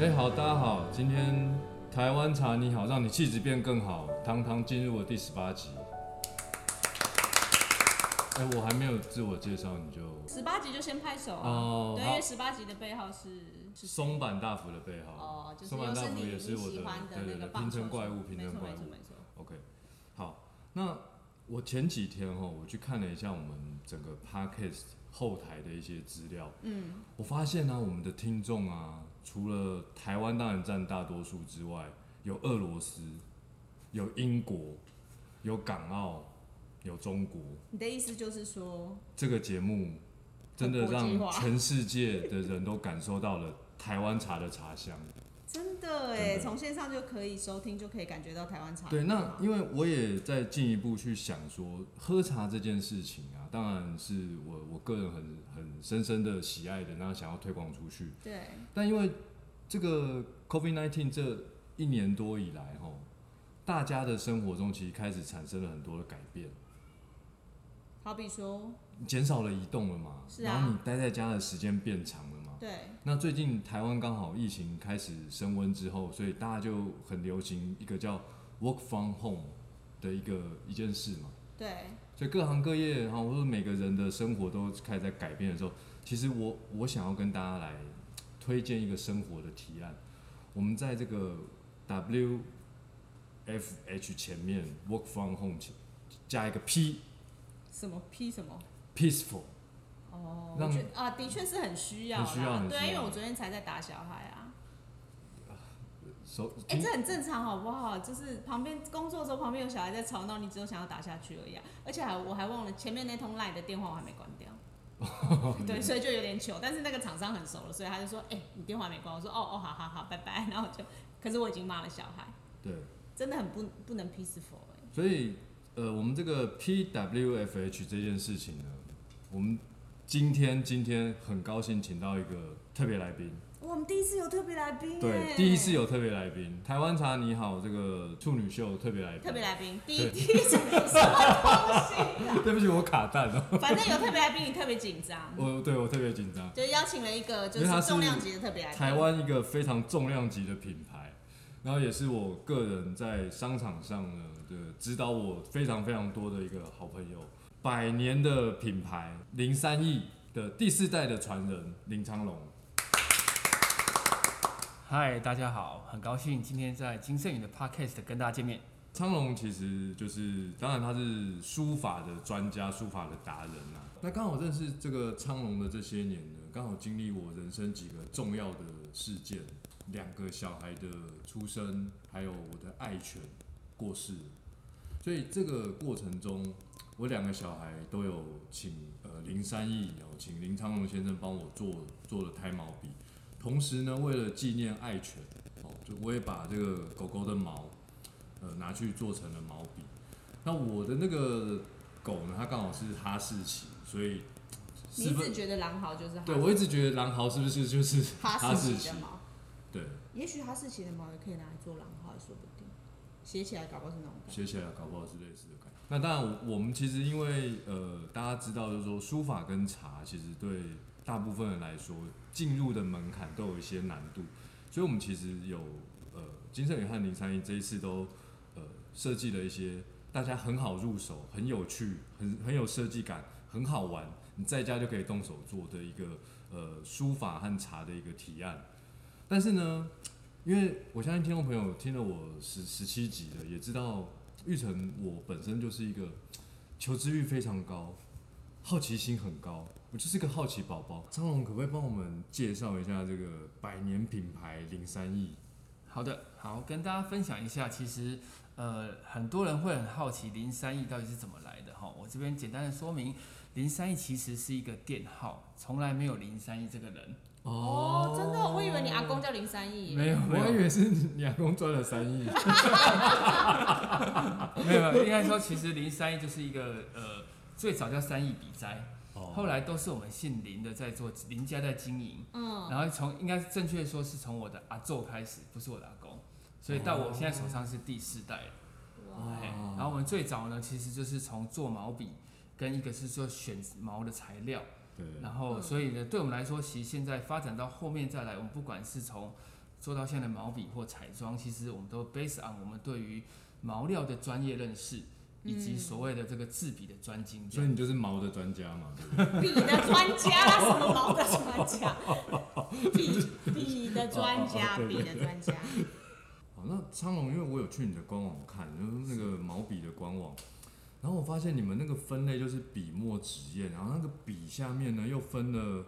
好，大家好，今天台湾茶你好，让你气质变更好，堂堂进入了第18集。我还没有自我介绍，你就 18集就先拍手啊！ 哦， 对，因为18集的背号是松坂大辅的背号。 哦，就是松坂大辅也是我喜欢的那个平成怪物， 没错。 OK， 好，那我前几天我去看了一下我们整个 Podcast 后台的一些资料，我发现呢，我们的听众啊，除了台湾当然占大多数之外，有俄罗斯，有英国，有港澳。有中国， 你的意思就是说， 这个节目真的让全世界的人都感受到了台湾茶的茶香。 真的哎，从线上就可以收听，就可以感觉到台湾茶。 对，那因为我也在进一步去想说，喝茶这件事情啊，当然是我个人很深深的喜爱的，那想要推广出去。 对。但因为这个 COVID-19 这1年多以来，大家的生活中其实开始产生了很多的改变。 好比说， 减少了移动了嘛， 是啊， 然后你待在家的时间变长了嘛。 对。 那最近台湾刚好疫情开始升温之后，所以大家就很流行一个叫 work from home 的一件事嘛。 对。 所以各行各业，或者每个人的生活都开始在改变的时候，其实我想要跟大家来推荐一个生活的提案。我们在这个 WFH 前面 work from home 加一个 P。 什么 P 什么 ？Peaceful。 哦，我觉得啊，的确是很需要啦。对，因为我昨天才在打小孩啊。这很正常好不好？就是旁边工作的时候，旁边有小孩在吵闹，你只有想要打下去而已啊。而且我还忘了前面那通 LINE 的电话我还没关掉。对，所以就有点糗。但是那个厂商很熟了，所以他就说：“你电话没关。”我说：“好，拜拜。”然后可是我已经骂了小孩。 对。真的很不能 peaceful 所以。我们这个 PWFH 这件事情呢，我们今天很高兴请到一个特别来宾。 我们第一次有特别来宾。 对，第一次有特别来宾。台湾茶你好，这个处女秀特别来宾。 特别来宾，第一次什么东西啊？ 对不起，我卡蛋了。 反正有特别来宾，你特别紧张。 对我特别紧张。 就邀请了一个就是重量级的特别来宾。 台湾一个非常重量级的品牌。然后也是我个人在商场上呢的指导我非常非常多的一个好朋友，100年的品牌03亿的第4代的传人林昌龙。 嗨，大家好，很高兴今天在金盛宇的 Podcast 跟大家见面。 昌龙其实当然他是书法的专家，书法的达人啊。那刚好认识这个昌龙的这些年呢，刚好经历我人生几个重要的事件。2个小孩的出生，还有我的爱犬过世，所以这个过程中，我2个小孩都有请03亿请林昌龙先生帮我做了胎毛笔，同时呢，为了纪念爱犬，就我也把这个狗狗的毛拿去做成了毛笔。那我的那个狗呢，它刚好是哈士奇，所以你一直觉得狼毫就是哈士奇？ 对，我一直觉得狼毫是不是就是哈士奇的毛？ 对， 也许哈士奇的毛也可以拿来做狼毫，也说不定。写起来搞不好是那种感觉。 写起来搞不好是类似的感觉。那当然，我们其实因为大家知道，就是说书法跟茶，其实对大部分人来说，进入的门槛都有一些难度，所以我们其实有金盛宇和03亿这一次都设计了一些大家很好入手、很有趣、很有设计感、很好玩，你在家就可以动手做的一个书法和茶的一个提案。但是呢，因为我相信听众朋友听了我17集了，也知道玉成我本身就是一个求知欲非常高、好奇心很高，我就是个好奇宝宝。昌龙可不可以帮我们介绍一下这个100年品牌03亿？ 好的，好，跟大家分享一下，其实很多人会很好奇03亿到底是怎么来的哈。我这边简单的说明，03亿其实是一个店号，从来没有03亿这个人。 哦，真的，我以为你阿公叫03亿。 没有，我还以为是你阿公赚了3亿。 没有，应该说其实03亿就是一个最早叫3亿笔斋，后来都是我们姓林的在做，林家在经营。然后应该正确说是从我的阿祖开始，不是我的阿公，所以到我现在手上是第4代了。然后我们最早呢，其实就是从做毛笔，跟一个是说选毛的材料。然后所以呢，对我们来说，其实现在发展到后面再来，我们不管是从做到现在的毛笔或彩妆，其实我们都 base on 我们对于毛料的专业认识，以及所谓的这个制笔的专精。 所以你就是毛的专家嘛，对不对？ 笔的专家，什么毛的专家？笔的专家，笔的专家。 好，那昌隆，因为我有去你的官网看，就是那个毛笔的官网，然后我发现你们那个分类就是笔墨纸砚，然后那个笔下面呢又分了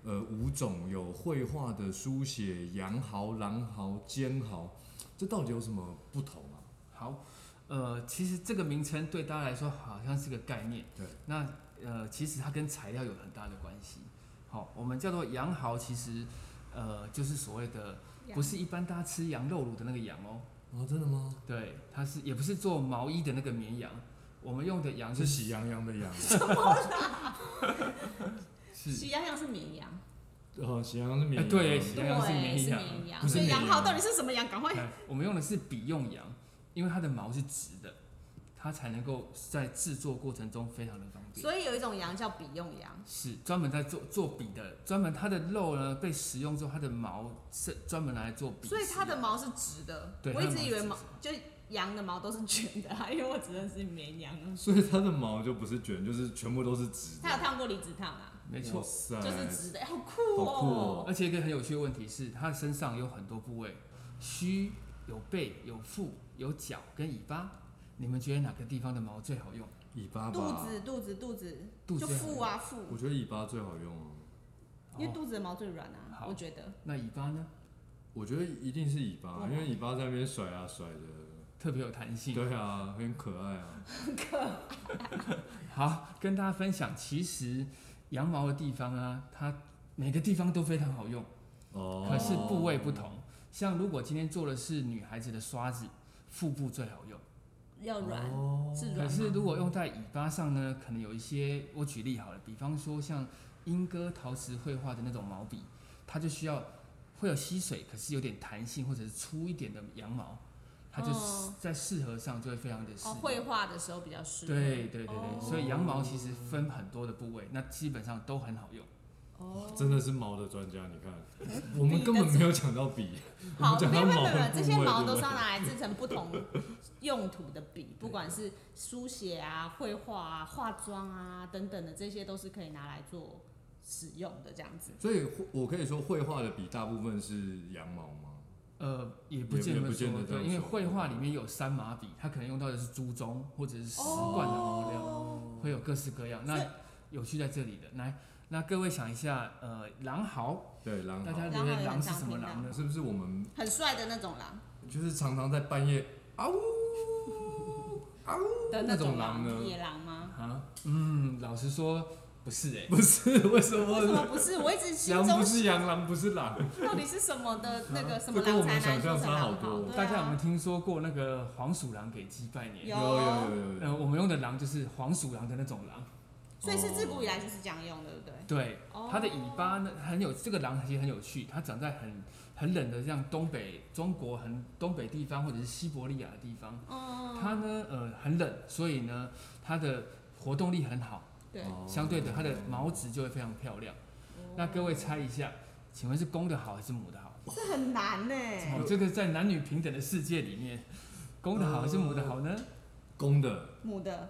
5种，有绘画的、书写、羊毫、狼毫、尖毫，这到底有什么不同啊？ 好，其实这个名称对大家来说好像是个概念， 对， 那其实它跟材料有很大的关系。好，我们叫做羊毫，其实就是所谓的不是一般大家吃羊肉卤的那个羊哦。 哦，真的吗？ 对，它是也不是做毛衣的那个绵羊，我们用的羊是喜羊羊的羊。 什么啦？喜羊羊是绵羊。 喜羊羊是绵羊。 对，喜羊羊是绵羊， 不是绵羊毫到底是什么羊？赶快。 我们用的是笔用羊，因为它的毛是直的，它才能够在制作过程中非常的方便。 所以有一种羊叫笔用羊， 是专门在做笔的，专门它的肉呢被食用之后，它的毛是专门拿来做笔。 所以它的毛是直的。 对， 我一直以为就羊的毛都是卷的因为我只认识绵羊。 所以它的毛就不是卷，就是全部都是直的。 它有烫过离子烫啊？ 没错， 就是直的，好酷哦！ 好酷哦！ 而且一个很有趣的问题是，它身上有很多部位，须、有背、有腹、有脚跟尾巴。你们觉得哪个地方的毛最好用？ 尾巴吧。 肚子，就腹啊腹。 我觉得尾巴最好用啊， 因为肚子的毛最软啊，我觉得。 那尾巴呢？ 我觉得一定是尾巴，因为尾巴在那边甩啊甩的， 特别有弹性。 对啊，很可爱啊。 很可爱。 好，跟大家分享，其实羊毛的地方啊，它每个地方都非常好用，可是部位不同。像如果今天做的是女孩子的刷子，腹部最好用， 要软，是软。 可是如果用在尾巴上呢，可能有一些，我举例好了，比方说像莺歌陶瓷绘画的那种毛笔，它就需要会有吸水，可是有点弹性或者是粗一点的羊毛，它就在适合上就会非常的适合。 绘画的时候比较适合。 对，所以羊毛其实分很多的部位，那基本上都很好用。 真的是毛的专家，你看，我们根本没有讲到笔， 好，没有， 这些毛都是要拿来制成不同用途的笔，不管是书写啊、绘画啊、化妆啊等等的，这些都是可以拿来做使用的这样子。 所以我可以说，绘画的笔大部分是羊毛吗？ 也不见得说， 对， 因为绘画里面有3码笔，它可能用到的是猪鬃或者是石罐的毛料，会有各式各样。那有趣在这里的，来。那各位想一下，狼毫， 对，狼毫， 大家觉得狼是什么狼呢？ 是不是我们很帅的那种狼？ 就是常常在半夜嗷呜嗷呜的那种狼呢？ 野狼吗？ 老实说不是不是，为什么？ 为什么不是？我一直心中羊不是羊，狼不是狼， 到底是什么的那个什么狼才能做成狼毫？ 大家有没有听说过那个黄鼠狼给鸡拜年？ 有。 我们用的狼就是黄鼠狼的那种狼。 所以是自古以来就是这样用的，对不对？ 对，它的尾巴呢这个狼其实很有趣，它长在很冷的像中国东北地方或者是西伯利亚的地方，它呢很冷，所以呢它的活动力很好， 对， 相对的它的毛质就会非常漂亮。那各位猜一下，请问是公的好还是母的好？ 这很难呢。 这个在男女平等的世界里面，公的好还是母的好呢？ 公的， 母的，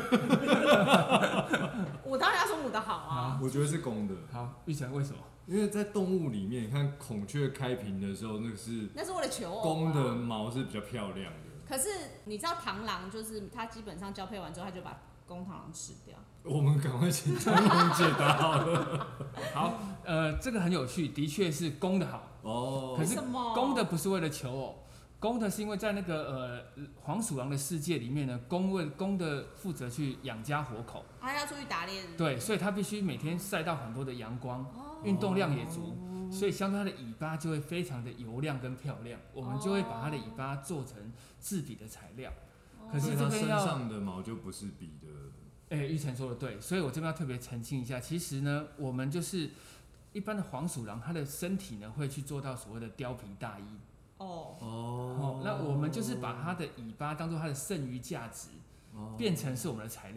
我当然要说母的好啊。 我觉得是公的。 好，玉成为什么？ 因为在动物里面，你看孔雀开屏的时候，那是为了求偶。 公的毛是比较漂亮的。 可是你知道螳螂就是它基本上交配完之后，它就把公螳螂吃掉。 我们赶快请螳螂解答好了。 好，这个很有趣，的确是公的好哦。 可是公的不是为了求偶。公的是因为在那个黄鼠狼的世界里面呢，公的负责去养家活口， 他要出去打猎。 对，所以他必须每天晒到很多的阳光，运动量也足，所以相对它的尾巴就会非常的油亮跟漂亮，我们就会把它的尾巴做成制笔的材料。可是这边身上的毛就不是笔的。 玉成说的对，所以我这边要特别澄清一下，其实呢，我们就是一般的黄鼠狼，它的身体呢会去做到所谓的貂皮大衣。那我们就是把它的尾巴当做它的剩余价值，变成是我们的材料。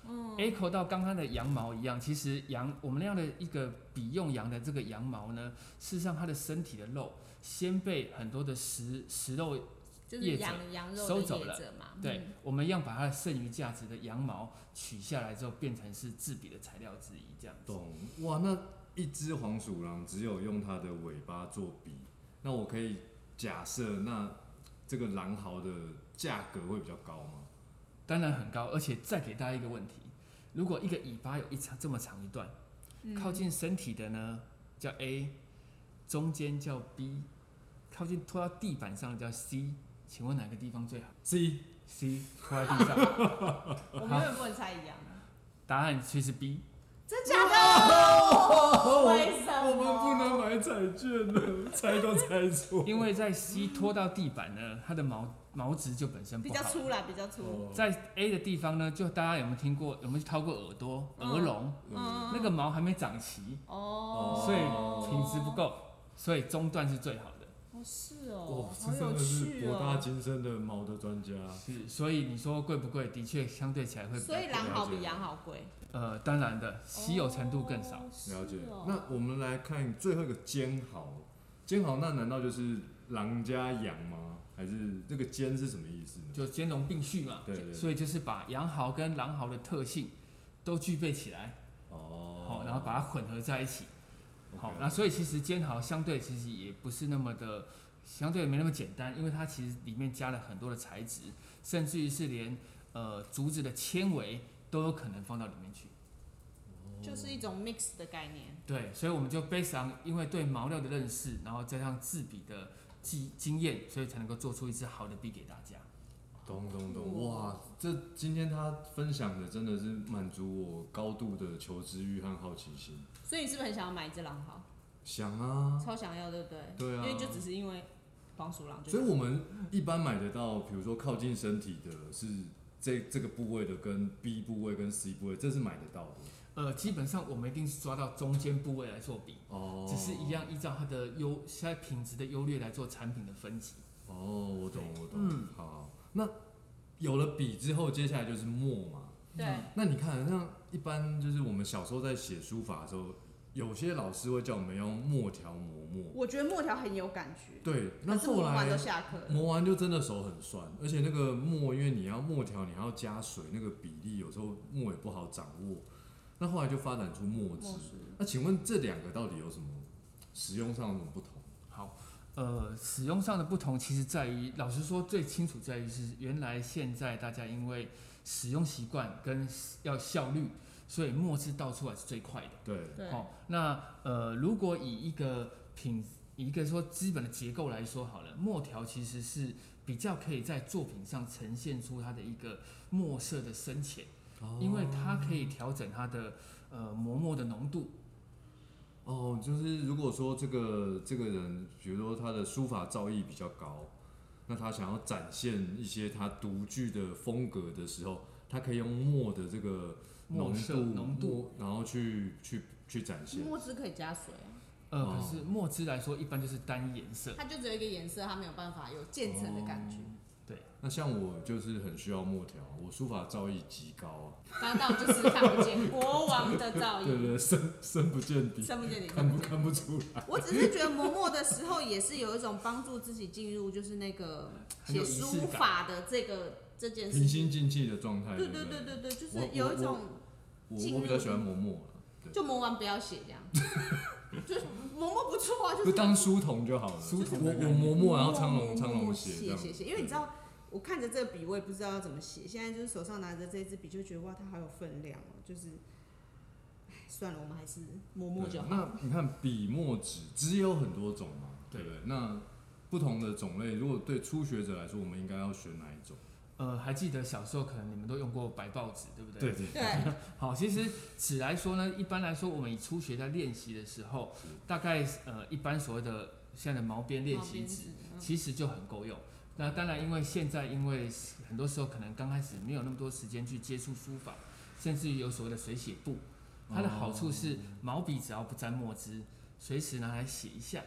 ，A 口到刚刚的羊毛一样，其实我们那样的一个笔用羊的这个羊毛呢，事实上它的身体的肉先被很多的食肉就是羊肉收走了嘛。 对，我们一样把它的剩余价值的羊毛取下来之后，变成是制笔的材料之一，这样子。 懂哇？那一只黄鼠狼只有用它的尾巴做笔，那我可以假设，那这个狼毫的价格会比较高吗？ 当然很高，而且再给大家一个问题：如果一个尾巴有这么长一段，靠近身体的呢叫 A， 中间叫 B， 靠近拖到地板上的叫 C。请问哪个地方最好 ？C 拖在地上。 我们永远不能猜一样。 答案其实 B。 真假的？为什么？ 我们不能买彩券了，猜都猜错。 因为在 C 拖到地板呢，它的毛质就本身不好， 比较粗。 在 A 的地方呢，就大家有没有听过？有没有掏过耳朵、耳聋？那个毛还没长齐，所以品质不够，所以中段是最好的。 是哦， 这真的是博大精深的毛的专家。 是，所以你说贵不贵？的确相对起来会比较贵。 所以狼毫比羊毫贵。 当然的，稀有程度更少。 了解。那我们来看最后一个尖毫，尖毫那难道就是狼加羊吗？还是这个尖是什么意思呢？ 就兼容并蓄嘛。 对。 所以就是把羊毫跟狼毫的特性都具备起来。然后把它混合在一起。好，那所以其实尖毫相对其实也不是那么的，相对没那么简单，因为它其实里面加了很多的材质，甚至于是连竹子的纤维都有可能放到里面去。 就是一种 mix 的概念。 对，所以我们就based on因为对毛料的认识，然后加上制笔的经验，所以才能够做出一支好的笔给大家。 懂，哇！今天他分享的真的是满足我高度的求知欲和好奇心。 所以你是不是很想要买一只狼毫？ 想啊， 超想要，对不对？ 对啊， 因为就只是因为黄鼠狼。 所以我们一般买得到，比如说靠近身体的是这个部位的，跟 B 部位跟 C 部位，这是买得到的。 基本上我们一定是抓到中间部位来做比，只是一样依照它的现在品质的优劣来做产品的分级。 我懂。好，那有了笔之后，接下来就是墨嘛。 对。 那你看，像一般就是我们小时候在写书法的时候，有些老师会叫我们用墨条磨墨。 我觉得墨条很有感觉。 对，那后来磨完都下课了， 磨完就真的手很酸，而且那个墨，因为你要墨条，你还要加水，那个比例有时候墨也不好掌握。那后来就发展出墨汁。那请问这两个到底有什么使用上有什么不同？ 好，使用上的不同其实在于，老实说最清楚在于是原来现在大家因为使用习惯跟要效率，所以墨汁倒出来是最快的。 对。 好，那如果以一个说基本的结构来说好了，墨条其实是比较可以在作品上呈现出它的一个墨色的深浅。因为它可以调整它的磨墨的浓度。 就是如果说这个人，比如说他的书法造诣比较高，那他想要展现一些他独具的风格的时候，他可以用墨的这个浓度，然后去展现。 墨汁可以加水可是墨汁来说，一般就是单一颜色， 它就只有一个颜色，它没有办法有渐层的感觉。 对， 那像我就是很需要墨条，我书法造诣极高啊。 刚到就是看不见国王的造诣。 对，深不见底，看不出来。 我只是觉得磨墨的时候也是有一种帮助自己进入就是那个写书法的这件事， 平心静气的状态。 对，就是有一种我比较喜欢磨墨了， 就磨完不要写这样。就是磨墨不错啊， 就当书童就好了。我磨墨，然后苍龙写， 因为你知道，我看着这个笔，我也不知道要怎么写。现在就是手上拿着这支笔，就觉得哇，它好有分量哦。就是，算了，我们还是磨墨就好。 那你看笔墨纸也有很多种嘛，对不对？那不同的种类，如果对初学者来说，我们应该要选哪一种？ 还记得小时候可能你们都用过白报纸，对不对？ 对。 好，其实纸来说呢，一般来说我们以初学在练习的时候，大概一般所谓的现在的毛边练习纸，其实就很够用。那当然，因为现在很多时候可能刚开始没有那么多时间去接触书法，甚至于有所谓的水写簿，它的好处是毛笔只要不沾墨汁，随时拿来写一下，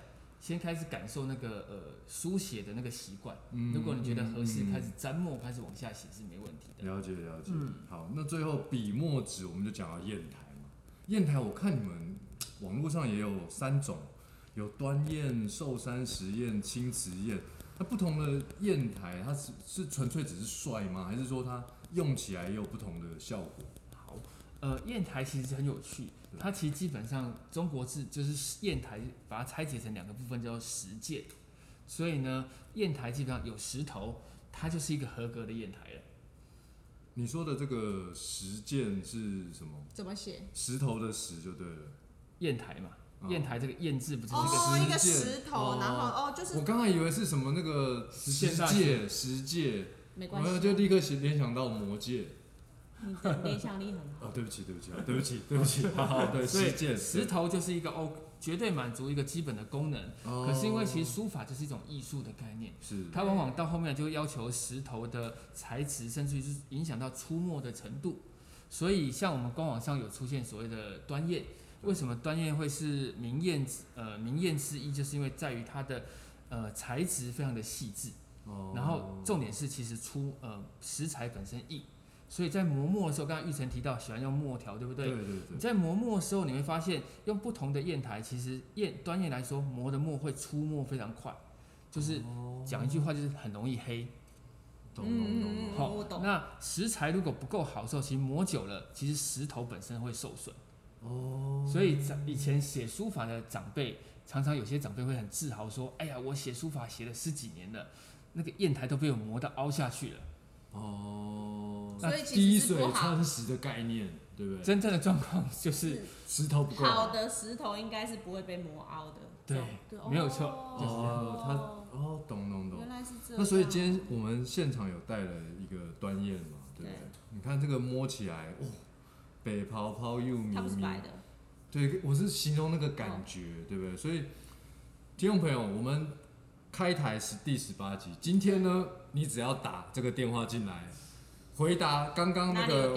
先开始感受那个书写的那个习惯。如果你觉得合适，开始沾墨，开始往下写是没问题的。 了解了解。好，那最后笔墨纸我们就讲到砚台嘛。砚台我看你们网络上也有3种，有端砚、寿山石砚、青瓷砚。那不同的砚台，它是纯粹只是帅吗？还是说它用起来也有不同的效果？ 好，砚台其实很有趣。它其实基本上中国字就是砚台，把它拆解成2个部分，叫做石件。所以呢，砚台基本上有石头，它就是一个合格的砚台了。 你说的这个石件是什么？ 怎么写？ 石头的石就对了。 砚台嘛，砚台这个砚字不就是一个石头，然后就是我刚才以为是什么那个石戒， 没关系， 就立刻联想到魔戒。 你的联想力很好。 对不起，好，对， 石头就是一个绝对满足一个基本的功能。可是因为其实书法就是一种艺术的概念，它往往到后面就会要求石头的材质，甚至于是影响到出墨的程度。所以像我们官网上有出现所谓的端砚，为什么端砚会是名砚之一，就是因为在于它的材质非常的细致，然后重点是其实石材本身硬。所以在磨墨的时候，刚刚玉成提到喜欢用墨条，对不对？ 对。 你在磨墨的时候，你会发现用不同的砚台，其实端砚来说，磨的墨会出墨非常快，就是讲一句话就是很容易黑。 我懂。 那石材如果不够好的时候，其实磨久了，其实石头本身会受损。所以以前写书法的长辈，常常有些长辈会很自豪说：“哎呀，我写书法写了10几年了，那个砚台都被我磨到凹下去了。” 所以滴水穿石的概念，对不对？ 真正的状况就是石头不够好的石头应该是不会被磨凹的。 对，没有错。 懂。 原来是这样。 那所以今天我们现场有带了一个端砚嘛，对不对？你看这个摸起来，北泡泡又咪咪。 它不是白的。 对，我是形容那个感觉，对不对？所以听众朋友，我们开台是第18集，今天呢，你只要打这个电话进来，回答刚刚那个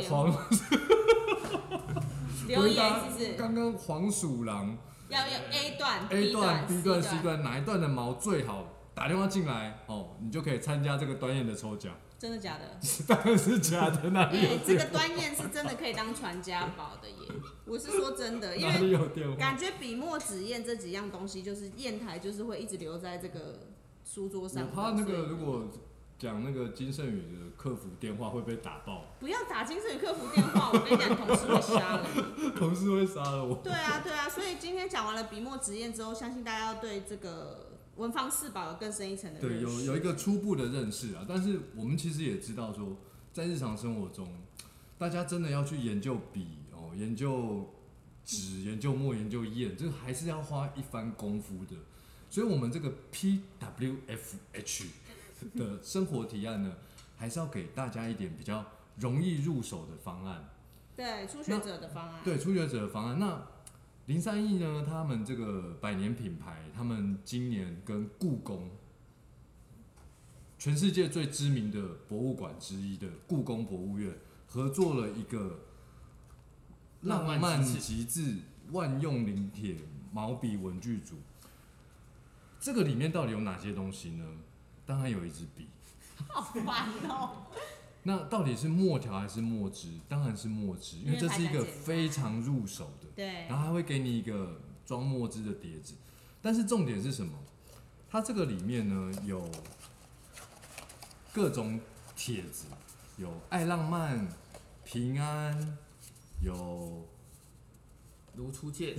留言是不是？ 刚刚黄鼠狼要 A 段、 B 段、C 段哪一段的毛最好？打电话进来你就可以参加这个端砚的抽奖。 真的假的？ 当然是假的，哪里有？ 这个端砚是真的可以当传家宝的耶！我是说真的，因哪里有电话？ 感觉笔墨纸砚这几样东西，就是砚台就是会一直留在这个书桌上。 我怕那个如果讲那个金圣宇的客服电话会被打爆。 不要打金圣宇客服电话，我跟你讲，同事会杀了你。 同事会杀了我。 对啊，所以今天讲完了笔墨纸砚之后，相信大家要对这个文房四宝有更深一层的认识。 对，有一个初步的认识啊。但是我们其实也知道说，在日常生活中，大家真的要去研究笔研究纸、研究墨、研究砚，这个还是要花一番功夫的。所以我们这个 PWFH 的生活提案呢，还是要给大家一点比较容易入手的方案。 对，初学者的方案。 对，初学者的方案。那03E呢，他们这个100年品牌，他们今年跟故宫，全世界最知名的博物馆之一的故宫博物院，合作了一个浪漫极致万用临帖毛笔文具组。这个里面到底有哪些东西呢？当然有一支笔。 好烦哦。 那到底是墨条还是墨汁？当然是墨汁，因为这是一个非常入手的。 对。 然后还会给你一个装墨汁的碟子，但是重点是什么？它这个里面呢有各种帖子，有爱浪漫、平安，有如初见，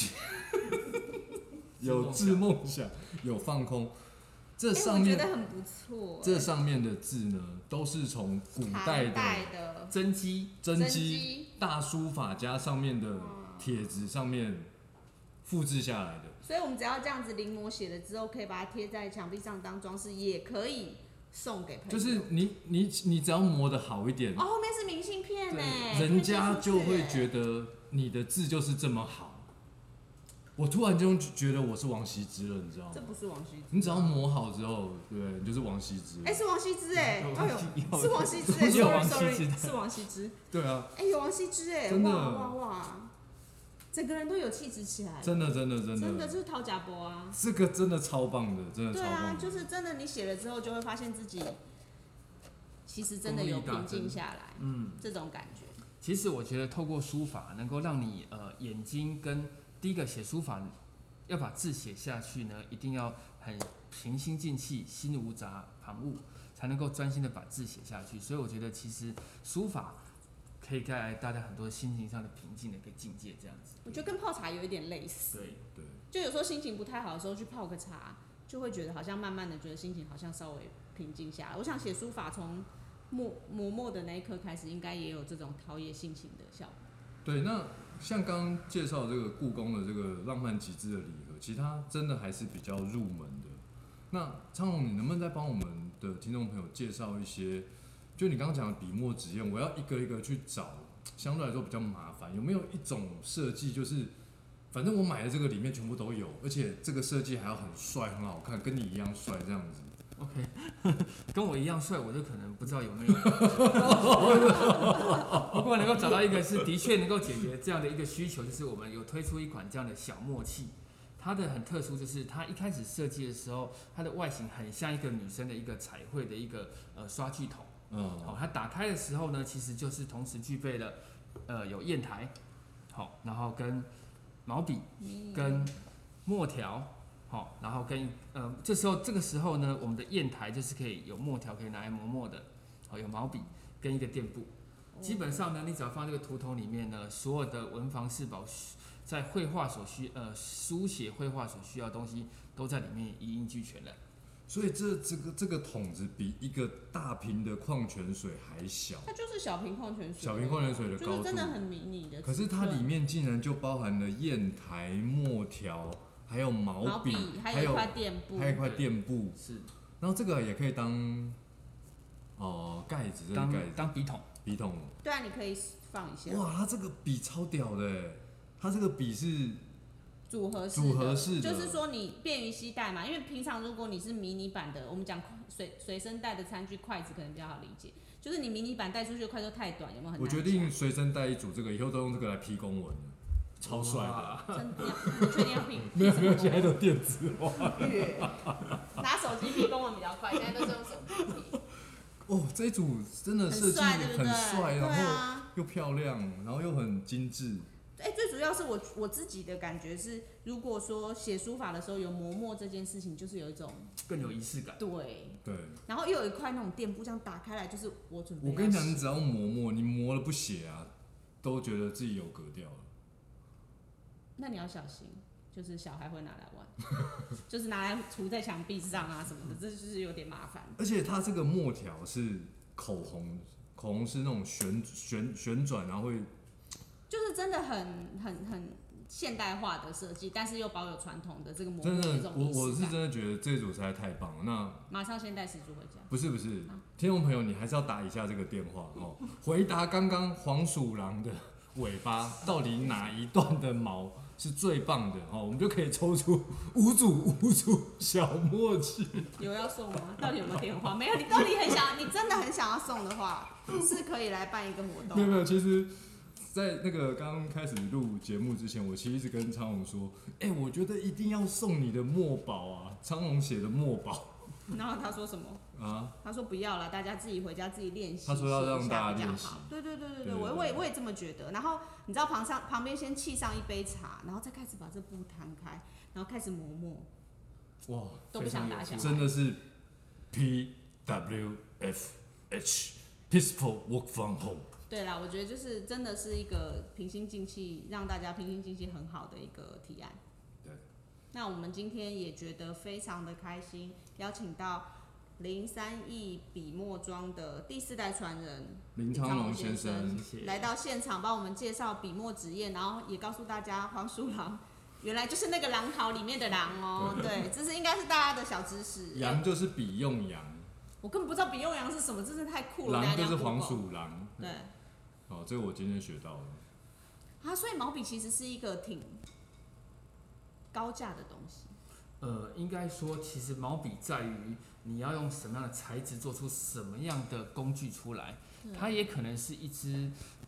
有致梦想，有放空。这上面我觉得很不错。 这上面的字呢，都是从古代的真迹大书法家上面的帖子上面复制下来的。 所以我们只要这样子临摹写了之后，可以把它贴在墙壁上当装饰，也可以送给朋友。 就是你只要磨得好一点， 后面是明信片呢， 人家就会觉得你的字就是这么好。我突然就觉得我是王羲之了，你知道吗？ 这不是王羲之。 你只要磨好之后，对，你就是王羲之。 是王羲之哎，是王羲之哎 ，sorry，是王羲之。 对啊。 有王羲之哎， 真的哇！ 整个人都有气质起来了。 真的就是掏假波啊！ 这个真的超棒的，真的超棒的。 对啊，就是真的，你写了之后就会发现自己其实真的有平静下来，这种感觉。 其实我觉得透过书法能够让你眼睛跟第一个写书法要把字写下去呢，一定要很平心静气，心无杂旁骛，才能够专心的把字写下去。所以我觉得其实书法可以带来大家很多心情上的平静的一个境界，这样子。 我觉得跟泡茶有一点类似。 对， 就有时候心情不太好的时候去泡个茶，就会觉得好像慢慢的觉得心情好像稍微平静下来。我想写书法从磨墨的那一刻开始，应该也有这种陶冶性情的效果。 对，那像刚刚介绍这个故宫的这个浪漫极致的礼盒，其实它真的还是比较入门的。那昌宏，你能不能再帮我们的听众朋友介绍一些，就你刚刚讲的笔墨纸砚，我要一个一个去找，相对来说比较麻烦。有没有一种设计，就是反正我买的这个里面全部都有，而且这个设计还要很帅、很好看，跟你一样帅这样子 ？OK， 跟我一样帅，我就可能不知道有没有。不过能够找到一个是的确能够解决这样的一个需求，就是我们有推出一款这样的小默契。它的很特殊，就是它一开始设计的时候，它的外形很像一个女生的一个彩绘的一个刷具桶。它打开的时候呢，其实就是同时具备了有砚台，然后跟毛笔跟墨条。好，然后跟这个时候呢，我们的砚台就是可以有墨条可以拿来磨墨的，有毛笔跟一个垫布。基本上呢，你只要放这个图筒里面呢，所有的文房四宝，在绘画书写绘画所需要的东西都在里面一应俱全了。 所以这个桶子比一个大瓶的矿泉水还小。 它就是小瓶矿泉水。 小瓶矿泉水的高度， 就是真的很迷你的。 可是它里面竟然就包含了砚台、墨条。还有毛笔， 还有一块垫布， 是。然后这个也可以当盖子， 当笔筒。 对啊，你可以放一下。 哇，它这个笔超屌的，它这个笔是组合式的，就是说你便于携带嘛。因为平常如果你是迷你版的，我们讲随身带的餐具筷子可能比较好理解。就是你迷你版带出去的筷子太短，有没有很难？ 我决定随身带一组这个，以后都用这个来批公文。超帅的， 真的？你确定要批？ 没有，现在都电子化。 拿手机批公文比较快，现在都是用手机批。 哦，这一组真的设计很帅， 然后又漂亮，然后又很精致。 最主要是我自己的感觉是，如果说写书法的时候有磨墨这件事情，就是有一种更有仪式感。 对。 然后又有一块那种垫布，这样打开来就是我准备。 我跟你讲，你只要磨墨，你磨了不写啊，都觉得自己有格调了。 那你要小心，就是小孩会拿来玩，就是拿来涂在墙壁上啊什么的，这就是有点麻烦。 而且它这个墨条是口红是那种旋转，然后会， 就是真的很现代化的设计，但是又保有传统的这个磨墨的这种仪式感。 我是真的觉得这组实在太棒了。那马上先带十足回家。 不是，听众朋友，你还是要打一下这个电话回答刚刚黄鼠狼的尾巴到底哪一段的毛是最棒的我们就可以抽出五组小默契。 有要送吗？到底有没有电话？没有，你到底你真的很想要送的话，是可以来办一个活动。 没有，其实，在那个刚开始录节目之前，我其实一直跟昌宏说，我觉得一定要送你的墨宝啊，昌宏写的墨宝。 然后他说什么？他说不要了，大家自己回家自己练习。 他说要让大家练习。 对，我也这么觉得。然后你知道旁边先沏上一杯茶，然后再开始把这布摊开，然后开始磨墨。 哇， 都不想打小孩。 真的是 PWFH Peaceful Work From Home。 对啦，我觉得就是真的是一个平心静气，让大家平心静气很好的一个提案。那我们今天也觉得非常的开心，邀请到03亿笔墨庄的第4代传人林昌龙先生来到现场，帮我们介绍笔墨纸砚，然后也告诉大家黄鼠狼原来就是那个狼桃里面的狼哦。对，这是应该是大家的小知识。 羊就是笔用羊， 我根本不知道笔用羊是什么，真是太酷了。 狼就是黄鼠狼。 对， 这个我今天学到了。 所以毛笔其实是一个挺高价的东西。 应该说，其实毛笔在于你要用什么样的材质做出什么样的工具出来，它也可能是一支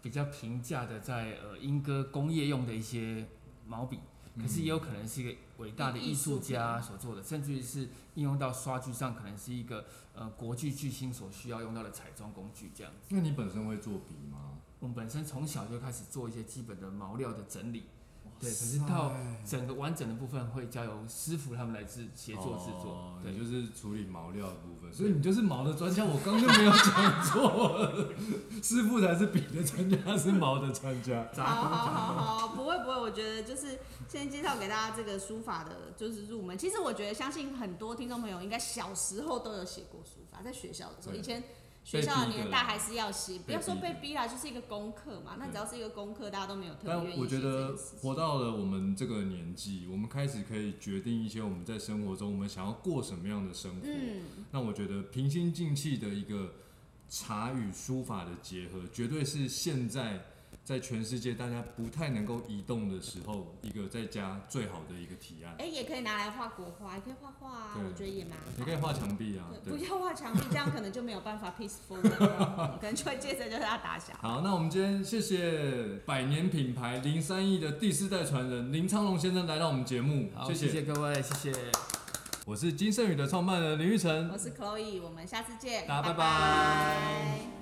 比较平价的在莺歌工业用的一些毛笔，可是也有可能是一个伟大的艺术家所做的，甚至于是应用到刷具上，可能是一个国际巨星所需要用到的彩妆工具这样子。 那你本身会做笔吗？ 我们本身从小就开始做一些基本的毛料的整理。对，可是到整个完整的部分会交由师傅他们来协作制作， 对，就是处理毛料的部分，所以你就是毛的专家。我刚就没有讲错，师傅才是笔的专家，是毛的专家。 好，不会，我觉得就是先介绍给大家这个书法的，就是入门。其实我觉得相信很多听众朋友应该小时候都有写过书法，在学校的时候，以前。学校的年代还是要写，不要说被逼啦，就是一个功课嘛。那只要是一个功课，大家都没有特别愿意写。 但我觉得活到了我们这个年纪，我们开始可以决定一些我们在生活中我们想要过什么样的生活。那我觉得平心静气的一个茶与书法的结合，绝对是现在在全世界大家不太能够移动的时候，一个在家最好的一个提案。 也可以拿来画国画，也可以画画啊，我觉得也蛮好。 也可以画墙壁啊， 不要画墙壁，这样可能就没有办法 peaceful 了，可能就会接着就是要打小。 好，那我们今天谢谢百年品牌03亿的第4代传人林昌龙先生来到我们节目， 谢谢各位，谢谢。 我是金盛宇的创办人林玉成， 我是 Chloe， 我们下次见， 大家拜拜。